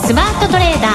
スマートトレーダ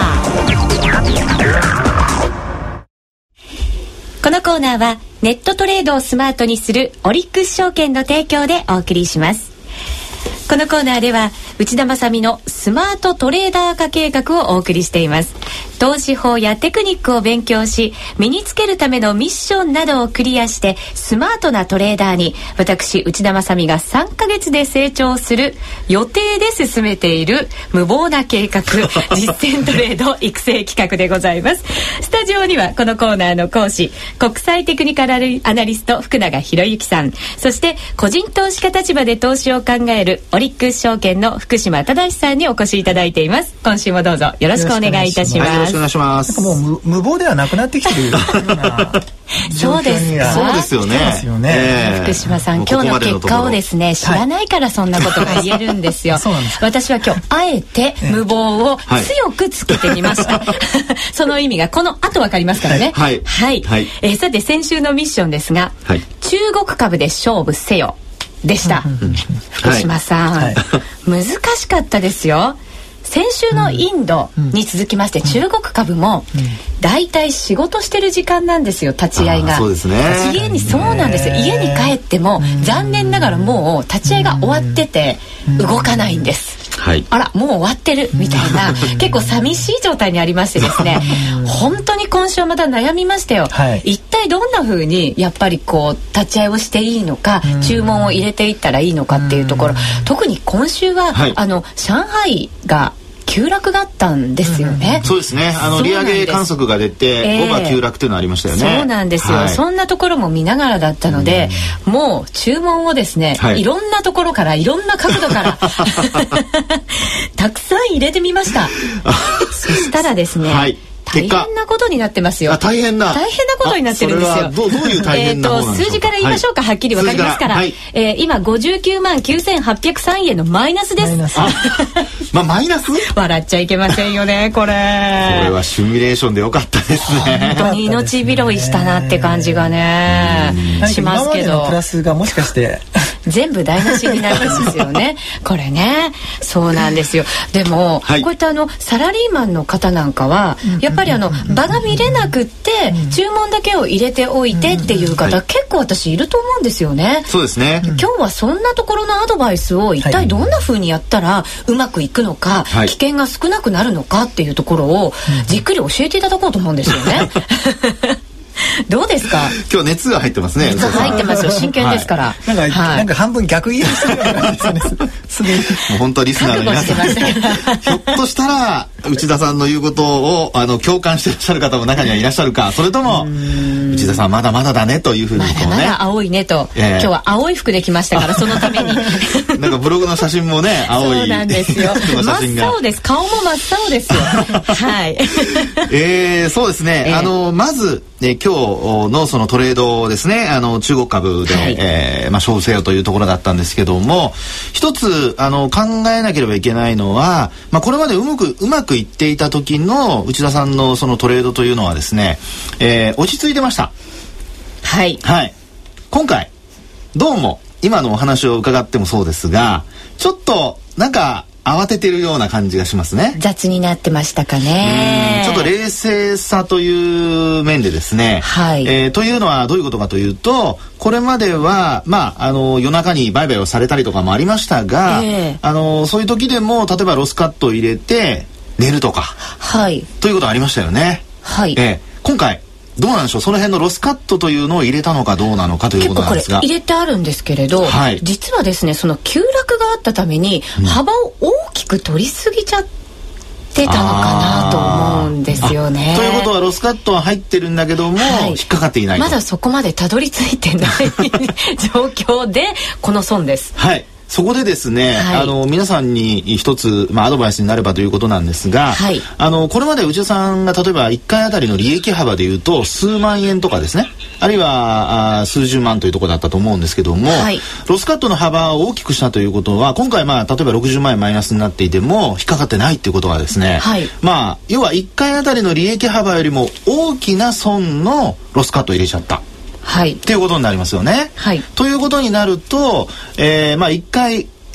ー。このコーナーはネットトレードをスマートにするオリックス証券の提供でお送りします。このコーナーでは内田まさみのスマートトレーダー化計画をお送りしています。投資法やテクニックを勉強し、身につけるためのミッションなどをクリアしてスマートなトレーダーに、私内田まさみが3ヶ月で成長する予定で進めている無謀な計画実践トレード育成企画でございます。スタジオにはこのコーナーの講師、国際テクニカルアナリスト福永博之さん、そして個人投資家立場で投資を考えるオリックス証券の福島忠さんにお越しいただいています。今週もどうぞよろしくお願いいたします。 よろしくお願いします。 なんかもう無謀ではなくなってきてるようなそうですか。 そうですよね。 福島さん、今日の結果をですね、知らないからそんなことが言えるんですよ。そうなんです。私は今日あえて無謀を強くつけてみました。その意味がこの後わかりますからね。はい。さて先週のミッションですが、中国株で勝負せよでした。福島さん、難しかったですよ。先週のインドに続きまして、中国株もだいたい仕事してる時間なんですよ、立ち会いが。 そうですね。 そうなんですよ。家に帰っても残念ながらもう立ち会いが終わってて動かないんです。あらもう終わってるみたいな結構寂しい状態にありましてですね本当に今週はまた悩みましたよ。一体どんな風にやっぱりこう立ち会いをしていいのか、注文を入れていったらいいのかっていうところ、特に今週は、上海が急落があったんですよね。 そうですね。利上げ観測が出て、5番急落というのありましたよね。 そうなんですよ。そんなところも見ながらだったので、もう注文をですね、いろんなところからいろんな角度からたくさん入れてみました。そしたらですね、大変なことになってますよ。 大変なことになってるんですよ。 どういう大変なことなんですか。 数字から言いましょうか。はっきりわかりますから。今59万9803円のマイナスです。 マイナス？ 笑っちゃいけませんよね、これ。これはシミュレーションでよかったですね。 本当に命拾いしたなって感じがねしますけど。 今までのプラスがもしかして全部台無しになるんですよね。これね、そうなんですよ。でも、こういったサラリーマンの方なんかはやっぱり場が見れなくって注文だけを入れておいてっていう方、結構私いると思うんですよね。 そうですね。 今日はそんなところのアドバイスを一体どんな風にやったらうまくいくのか、危険が少なくなるのかっていうところをじっくり教えていただこうと思うんですよね。どうですか。 今日熱が入ってますね。 熱入ってますよ。真剣ですから。 なんか半分逆言いしてるような感じですね。すでに。 もう本当リスナーの皆さん、ひょっとしたら内田さんの言うことを共感していらっしゃる方も中にはいらっしゃるか、それとも内田さんまだまだだねというふうにこうね。 まだまだ青いねと。今日は青い服で来ましたから、そのために。 なんかブログの写真もね、青い。 そうなんですよ。真っ青です。顔も真っ青ですよ。はい。 そうですね。まず今日のそのトレードですね、中国株で、勝負せよというところだったんですけども、一つ考えなければいけないのは、これまでうまくいっていた時の内田さんのそのトレードというのはですね、落ち着いてました。はい。今回どうも今のお話を伺ってもそうですが、ちょっとなんか慌ててるような感じがしますね。 雑になってましたかね。 ちょっと冷静さという面でですね、というのはどういうことかというと、これまでは夜中に売買をされたりとかもありましたが、そういう時でも例えばロスカットを入れて寝るとか、ということありましたよね。今回どうなんでしょう。その辺のロスカットというのを入れたのかどうなのかということなんですが、 結構これ入れてあるんですけれど、実はですね、その急落があったために幅を大きく取りすぎちゃってたのかなと思うんですよね。 ということはロスカットは入ってるんだけども、引っかかっていないと。 まだそこまでたどり着いてない状況でこの損です。 そこでですね、皆さんに一つ、アドバイスになればということなんですが、これまで内田さんが例えば1回あたりの利益幅でいうと数万円とかですね、あるいは数十万というところだったと思うんですけども、ロスカットの幅を大きくしたということは、今回例えば60万円マイナスになっていても引っかかってないっていうことはですね、要は1回あたりの利益幅よりも大きな損のロスカットを入れちゃったっていうことになりますよね。ということになると、1回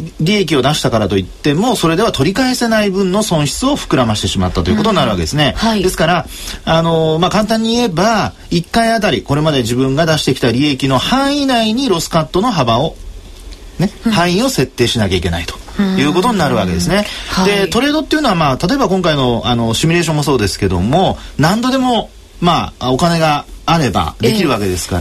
利益を出したからといってもそれでは取り返せない分の損失を膨らましてしまったということになるわけですね、はい、ですから簡単に言えば1回あたりこれまで自分が出してきた利益の範囲内にロスカットの幅を範囲を設定しなきゃいけないということになるわけですね、はい、でトレードっていうのは、例えば今回のシミュレーションもそうですけども何度でもお金があればできるわけですから、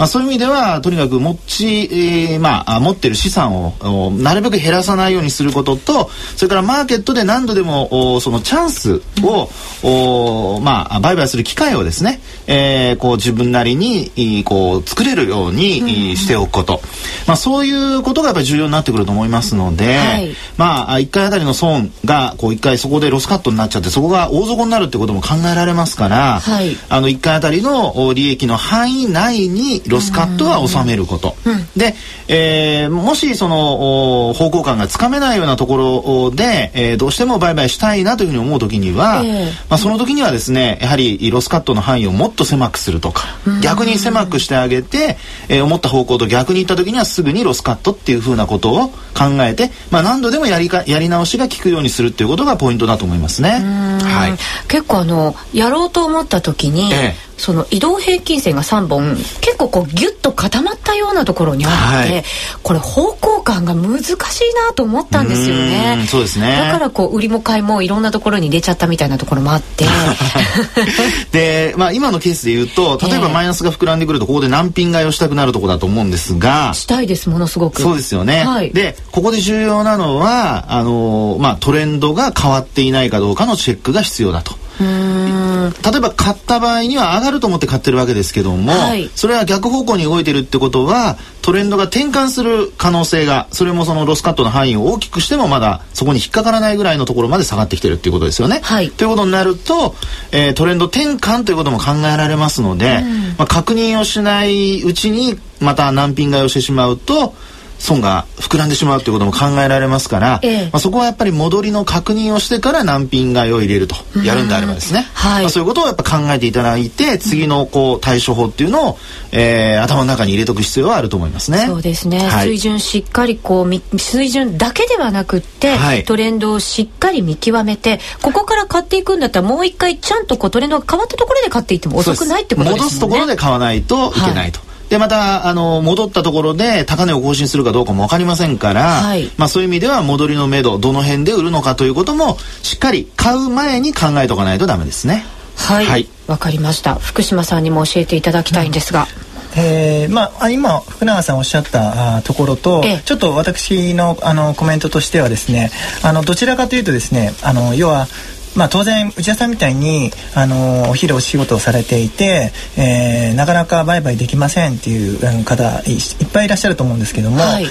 そういう意味ではとにかく持ってる資産をなるべく減らさないようにすることとそれからマーケットで何度でもそのチャンスを、売買する機会をですね、自分なりに作れるようにしておくこと、そういうことがやっぱり重要になってくると思いますので、はい、1回あたりの損が1回そこでロスカットになっちゃってそこが大底になるってことも考えられますから、はい、1回あたりの利益の範囲内にロスカットは収めること、で、もしその方向感がつかめないようなところで、どうしても売買したいなというふうに思う時には、その時にはですねやはりロスカットの範囲をもっと狭くするとか、逆に狭くしてあげて、思った方向と逆に行った時にはすぐにロスカットっていうふうなことを考えて、何度でもやり直しが効くようにするっていうことがポイントだと思いますね。はい、 結構やろうと思った時に、その移動平均線が3本結構ギュッと固まったようなところにあって、これ方向感が難しいなと思ったんですよね。 そうですね。 だから売りも買いもいろんなところに出ちゃったみたいなところもあってで、今のケースで言うと例えばマイナスが膨らんでくるとここで難品買いをしたくなるところだと思うんですが、 したいですものすごく。 そうですよね、はい、でここで重要なのはトレンドが変わっていないかどうかのチェックが必要だと。例えば買った場合には上がると思って買ってるわけですけども、はい、それは逆方向に動いてるってことはトレンドが転換する可能性がそれもそのロスカットの範囲を大きくしてもまだそこに引っかからないぐらいのところまで下がってきてるっていうことですよね、はい、ということになると、トレンド転換ということも考えられますので、確認をしないうちにまた難品買いをしてしまうと損が膨らんでしまうということも考えられますから、そこはやっぱり戻りの確認をしてから難品買いを入れるとやるんであればですね、はい、そういうことをやっぱ考えていただいて次の対処法っていうのを、頭の中に入れとく必要はあると思いますね。 そうですね、はい、水準しっかり水準だけではなくって、はい、トレンドをしっかり見極めてここから買っていくんだったらもう一回ちゃんとトレンドが変わったところで買っていっても遅くないってことですもんね。 戻すところで買わないといけないと、はい、でまた戻ったところで高値を更新するかどうかも分かりませんから、はい、そういう意味では戻りの目処どの辺で売るのかということもしっかり買う前に考えておかないとダメですね。 はい、はい、分かりました。福島さんにも教えていただきたいんですが、 今福永さんおっしゃったところと、ちょっと私のコメントとしてはですねどちらかというとですね要は当然内田さんみたいにお昼お仕事をされていて、なかなか売買できませんっていう方いっぱいいらっしゃると思うんですけども、はい、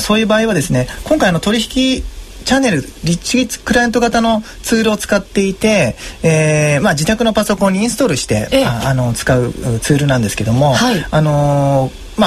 そういう場合はですね今回取引チャンネルリッチクライアント型のツールを使っていて、自宅のパソコンにインストールして使うツールなんですけども、はい、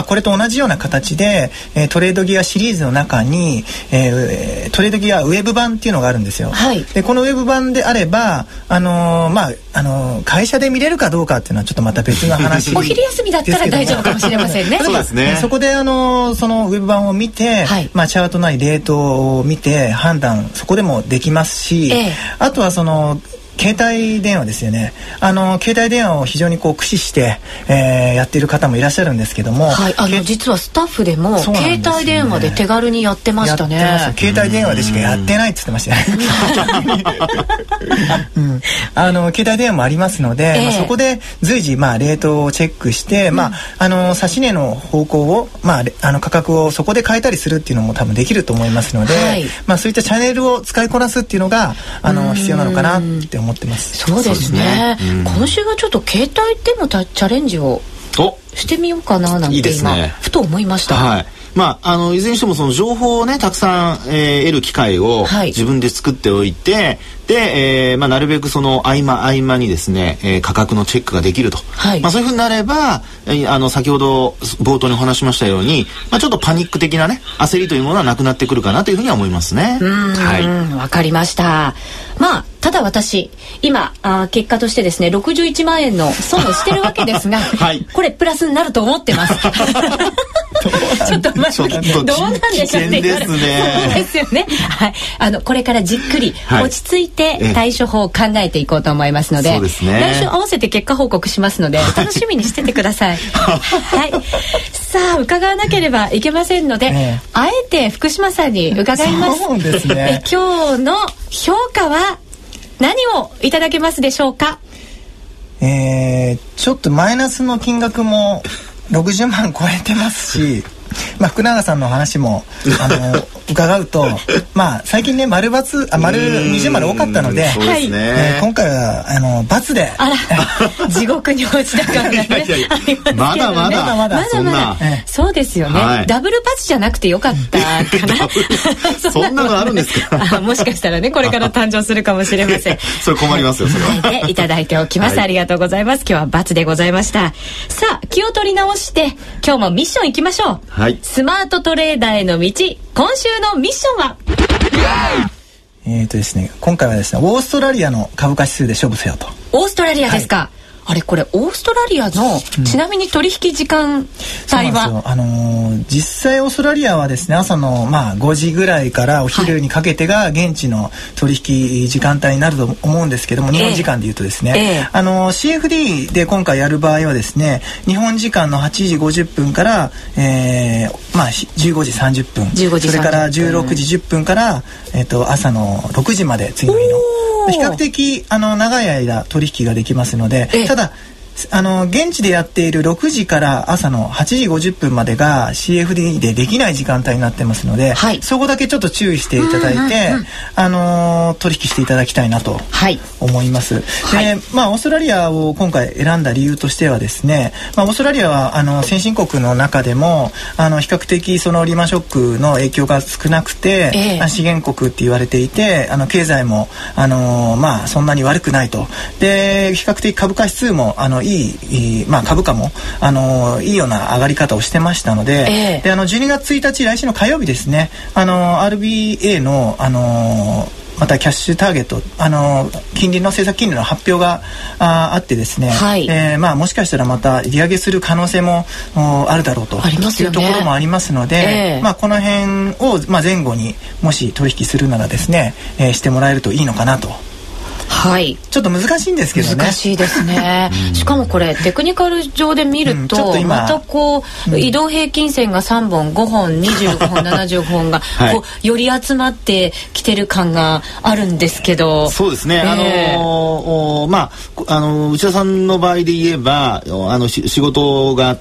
これと同じような形で、トレードギアシリーズの中に、トレードギアウェブ版っていうのがあるんですよ、はい、でこのウェブ版であれば会社で見れるかどうかっていうのはちょっとまた別の話お昼休みだったら大丈夫かもしれませんねそうですね。 そこでそのウェブ版を見て、はい、チャートなりレートを見て判断そこでもできますし、あとは携帯電話ですよね。携帯電話を非常に駆使して、やっている方もいらっしゃるんですけども、 はい、実はスタッフでも携帯電話で手軽にやってましたね。 携帯電話でしかやってないって言ってましたね、携帯電話もありますので、そこで随時レートをチェックして、指し値の方向を、価格をそこで変えたりするっていうのも多分できると思いますので、はい、そういったチャンネルを使いこなすっていうのが必要なのかなって思ってます。 そうですね、今週はちょっと携帯でもチャレンジをしてみようかななんて今ふと思いました。 はい、いずれにしてもその情報をねたくさん、得る機会を自分で作っておいて、 で、なるべくその合間にですね、価格のチェックができると、そういうふうになれば先ほど冒頭にお話しましたように、ちょっとパニック的なね焦りというものはなくなってくるかなというふうには思いますね。 わかりました。ただ私今結果としてですね61万円の損をしてるわけですが、これプラスになると思ってます。ちょっと待ってどうなんでしょうね。 ですね。そうですよね。これからじっくり落ち着いて対処法を考えていこうと思いますので、来週合わせて結果報告しますので楽しみにしててください。さあ伺わなければいけませんので、あえて福島さんに伺います。 そうですね。 今日の評価は何をいただけますでしょうか。 ちょっとマイナスの金額も60万超えてますし、福永さんの話も伺うと最近ね丸20丸多かったので、今回は×で地獄に落ちた感がねまだまだそうですよね。ダブル×じゃなくてよかったかな。 そんなのあるんですか。 もしかしたらねこれから誕生するかもしれません。 それ困りますよ。それは。いただいておきます。ありがとうございます。今日は×でございました。さあ気を取り直して今日もミッションいきましょう。スマートトレーダーへの道、今週のミッションはですね、今回はですねオーストラリアの株価指数で勝負せよと。 オーストラリアですか。これオーストラリアのちなみに取引時間帯は、 実際オーストラリアはですね朝の5時ぐらいからお昼にかけてが現地の取引時間帯になると思うんですけども、日本時間でいうとですね、CFD で今回やる場合はですね日本時間の8時50分から、15時30分それから16時10分から、朝の6時まで次の日の比較的長い間取引ができますので、ただ現地でやっている6時から朝の8時50分までが CFD でできない時間帯になってますので、そこだけちょっと注意していただいて、取引していただきたいなと思います。で、オーストラリアを今回選んだ理由としてはですね、オーストラリアは先進国の中でも比較的そのリーマンショックの影響が少なくて、資源国って言われていて経済もそんなに悪くないと。で比較的株価指数も株価もいいような上がり方をしてましたので、で12月1日来週の火曜日ですねRBA のまたキャッシュターゲット金利の政策金利の発表があってですね、もしかしたらまた利上げする可能性もあるだろうというところもありますので、この辺を前後にもし取引するならですね、してもらえるといいのかなと。ちょっと難しいんですけどね。 難しいですね。しかもこれテクニカル上で見ると、また移動平均線が3本5本25本70本がより集まってきてる感があるんですけど。 そうですね。内田さんの場合で言えば仕事があって、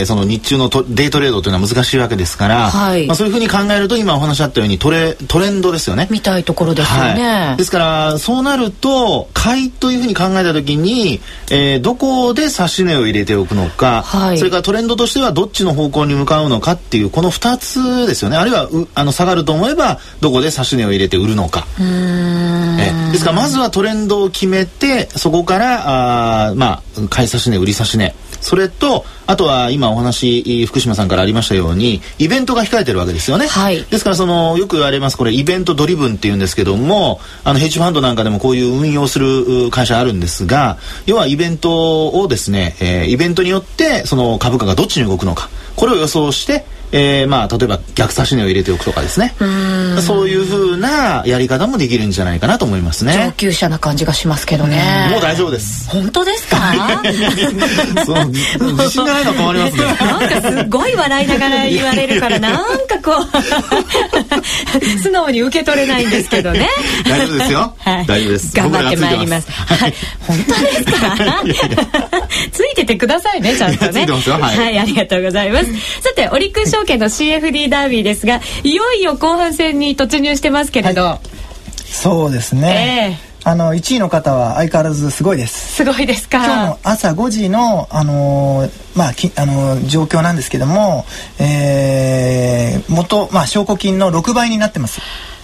その日中のデイトレードというのは難しいわけですから、そういうふうに考えると今お話あったようにトレンドですよね。 見たいところですよね。 ですからそうなると買いというふうに考えたときに、どこで指し値を入れておくのか、それからトレンドとしてはどっちの方向に向かうのかっていうこの2つですよね。あるいは下がると思えばどこで指し値を入れて売るのか。ですからまずはトレンドを決めてそこから買い指し値売り指し値、それとあとは今お話福島さんからありましたようにイベントが控えてるわけですよね。ですからよく言われますこれイベントドリブンっていうんですけども、ヘッジファンドなんかでもこういう運用する会社あるんですが、要はイベントをですね、イベントによってその株価がどっちに動くのかこれを予想して例えば逆差し値を入れておくとかですね、そういう風なやり方もできるんじゃないかなと思いますね。 上級者な感じがしますけどね。 もう大丈夫です。 本当ですか？ 自信がないのは困りますね。 なんかすごい笑いながら言われるからなんか素直に受け取れないんですけどね。 大丈夫ですよ。大丈夫です。 頑張ってまいります。本当ですか？ついててくださいねちゃんとね。 ついてますよ。 ありがとうございます。さてオリックス証券の CFD ダービーですが、いよいよ後半戦に突入してますけれど、 そうですね、1位の方は相変わらずすごいです。 すごいですか？ 今日の朝5時の、状況なんですけども、証拠金の6倍になってます。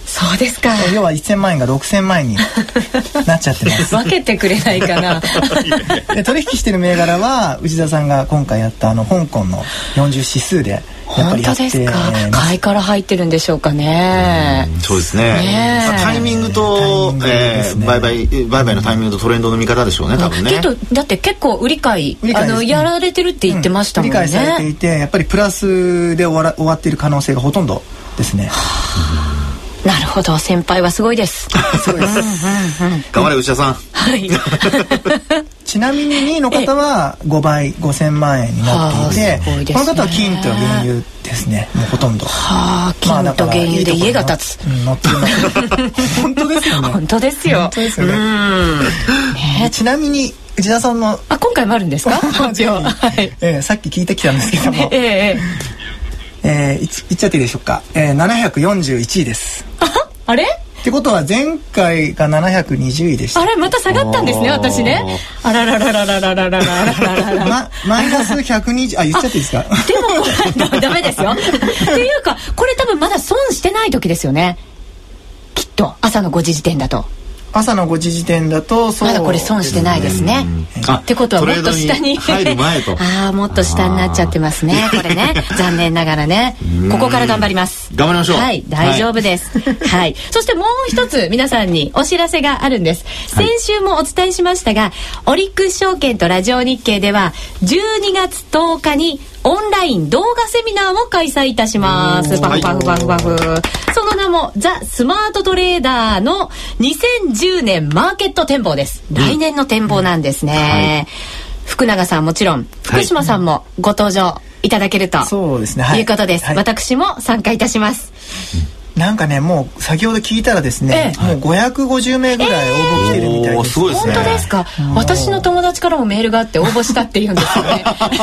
そうですか。 要は1000万円が6000万円になっちゃってます分けてくれないかなで取引してる銘柄は内田さんが今回やった香港の40指数でやっぱりやってます。 本当ですか。買いから入ってるんでしょうかね。 そうですね。タイミングと売買のタイミングとトレンドの見方でしょうね、多分ね。 きっとだって結構売り買いやられてるって言ってましたもんね。 売り買いされていて、やっぱりプラスで終わっている可能性がほとんどですね。 なるほど、先輩はすごいです。 そうです。 頑張れ内田さん。 はい。 ちなみに2位の方は5倍5000万円になっていて、この方は金と原油ですね。もうほとんど。 金と原油で家が建つ。 乗ってる本当ですよね。 本当ですよ。 本当ですよね。ちなみに内田さんの今回もあるんですか？発表。 さっき聞いてきたんですけども。言っちゃっていいでしょうか。741位です。 あれ？ ってことは前回が720位でした。 あれまた下がったんですね、私ね。あららららららららららマイナス120、言っちゃっていいですか？ でもダメですよ。っていうかこれ多分まだ損してない時ですよね。きっと朝の5時時点だと。 朝の5時時点だとまだこれ損してないですね。ってことはもっと下に入る前ともっと下になっちゃってますね、これね。残念ながらね。ここから頑張ります。 頑張りましょう。 はい、大丈夫です。はい。そしてもう一つ皆さんにお知らせがあるんです。先週もお伝えしましたが、オリックス証券とラジオ日経では12月10日にオンライン動画セミナーを開催いたします。パフパフパフパフ。その名もザ・スマートトレーダーの2010年マーケット展望です。来年の展望なんですね。福永さんもちろん福島さんもご登場いただけるとそうですね、 いうことです。私も参加いたします。 なんかね、もう先ほど聞いたらですね、もう550名ぐらい応募来てるみたいです。 すごいですね。 本当ですか？私の友達からもメールがあって応募したって言うんですよね。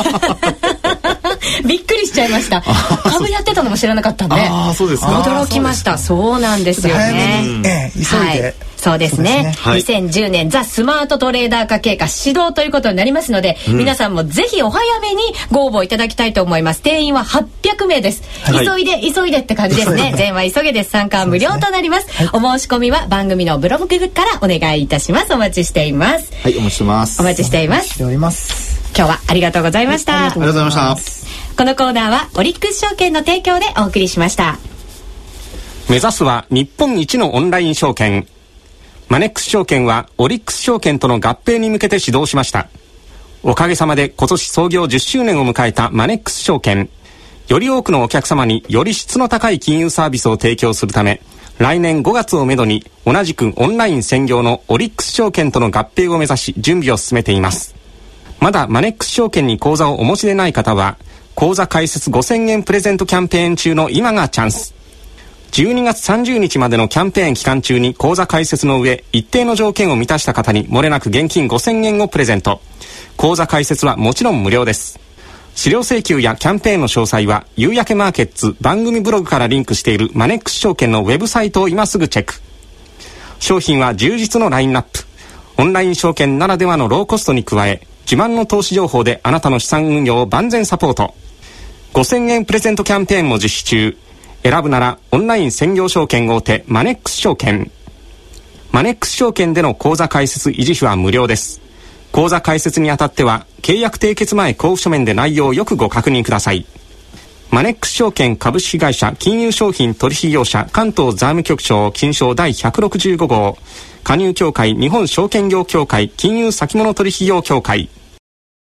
びっくりしちゃいました。株やってたのも知らなかったんで。 そうですか。 驚きました。そうなんですよね。 急いで。 そうですね。2010年ザ・スマートトレーダー化計画始動ということになりますので、皆さんもぜひお早めにご応募いただきたいと思います。定員は800名です。急いでって感じですね。全話急げです。参加は無料となります。お申し込みは番組のブログからお願いいたします。お待ちしています。 はい、お待ちしてます。 お待ちしています。今日はありがとうございました。 ありがとうございました。 このコーナーはオリックス証券の提供でお送りしました。 目指すは日本一のオンライン証券。マネックス証券はオリックス証券との合併に向けて始動しました。おかげさまで今年創業10周年を迎えたマネックス証券。より多くのお客様により質の高い金融サービスを提供するため、来年5月をめどに同じくオンライン専業のオリックス証券との合併を目指し準備を進めています。まだマネックス証券に口座をお持ちでない方は、口座開設5000円プレゼントキャンペーン中の今がチャンス。12月30日までのキャンペーン期間中に口座開設の上、一定の条件を満たした方に漏れなく現金5000円をプレゼント。口座開設はもちろん無料です。資料請求やキャンペーンの詳細は夕焼けマーケッツ番組ブログからリンクしているマネックス証券のウェブサイトを今すぐチェック。商品は充実のラインナップ。オンライン証券ならではのローコストに加え、自慢の投資情報であなたの資産運用を万全サポート。5000円プレゼントキャンペーンも実施中。選ぶならオンライン専業証券大手マネックス証券。マネックス証券での口座開設維持費は無料です。口座開設にあたっては契約締結前交付書面で内容をよくご確認ください。マネックス証券株式会社金融商品取引業者関東財務局長金賞第165号加入協会日本証券業協会金融先物取引業協会。